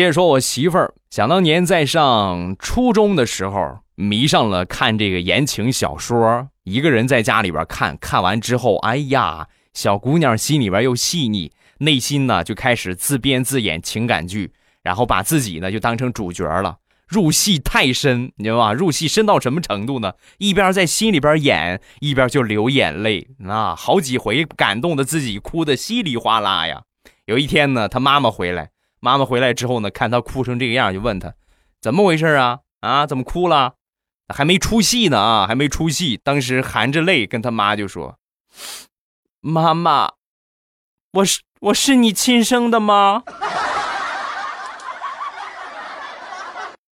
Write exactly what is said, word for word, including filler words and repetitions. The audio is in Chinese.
接着说我媳妇儿，想当年在上初中的时候迷上了看这个言情小说，一个人在家里边看，看完之后，哎呀，小姑娘心里边又细腻，内心呢就开始自编自演情感剧，然后把自己呢就当成主角了，入戏太深，你知道吧？入戏深到什么程度呢？一边在心里边演，一边就流眼泪啊，好几回感动的自己哭得稀里哗啦呀。有一天呢，他妈妈回来，妈妈回来之后呢，看他哭成这个样，就问他怎么回事啊？啊，怎么哭了？还没出戏呢啊，还没出戏。当时含着泪跟他妈就说：“妈妈，我是我是你亲生的吗？”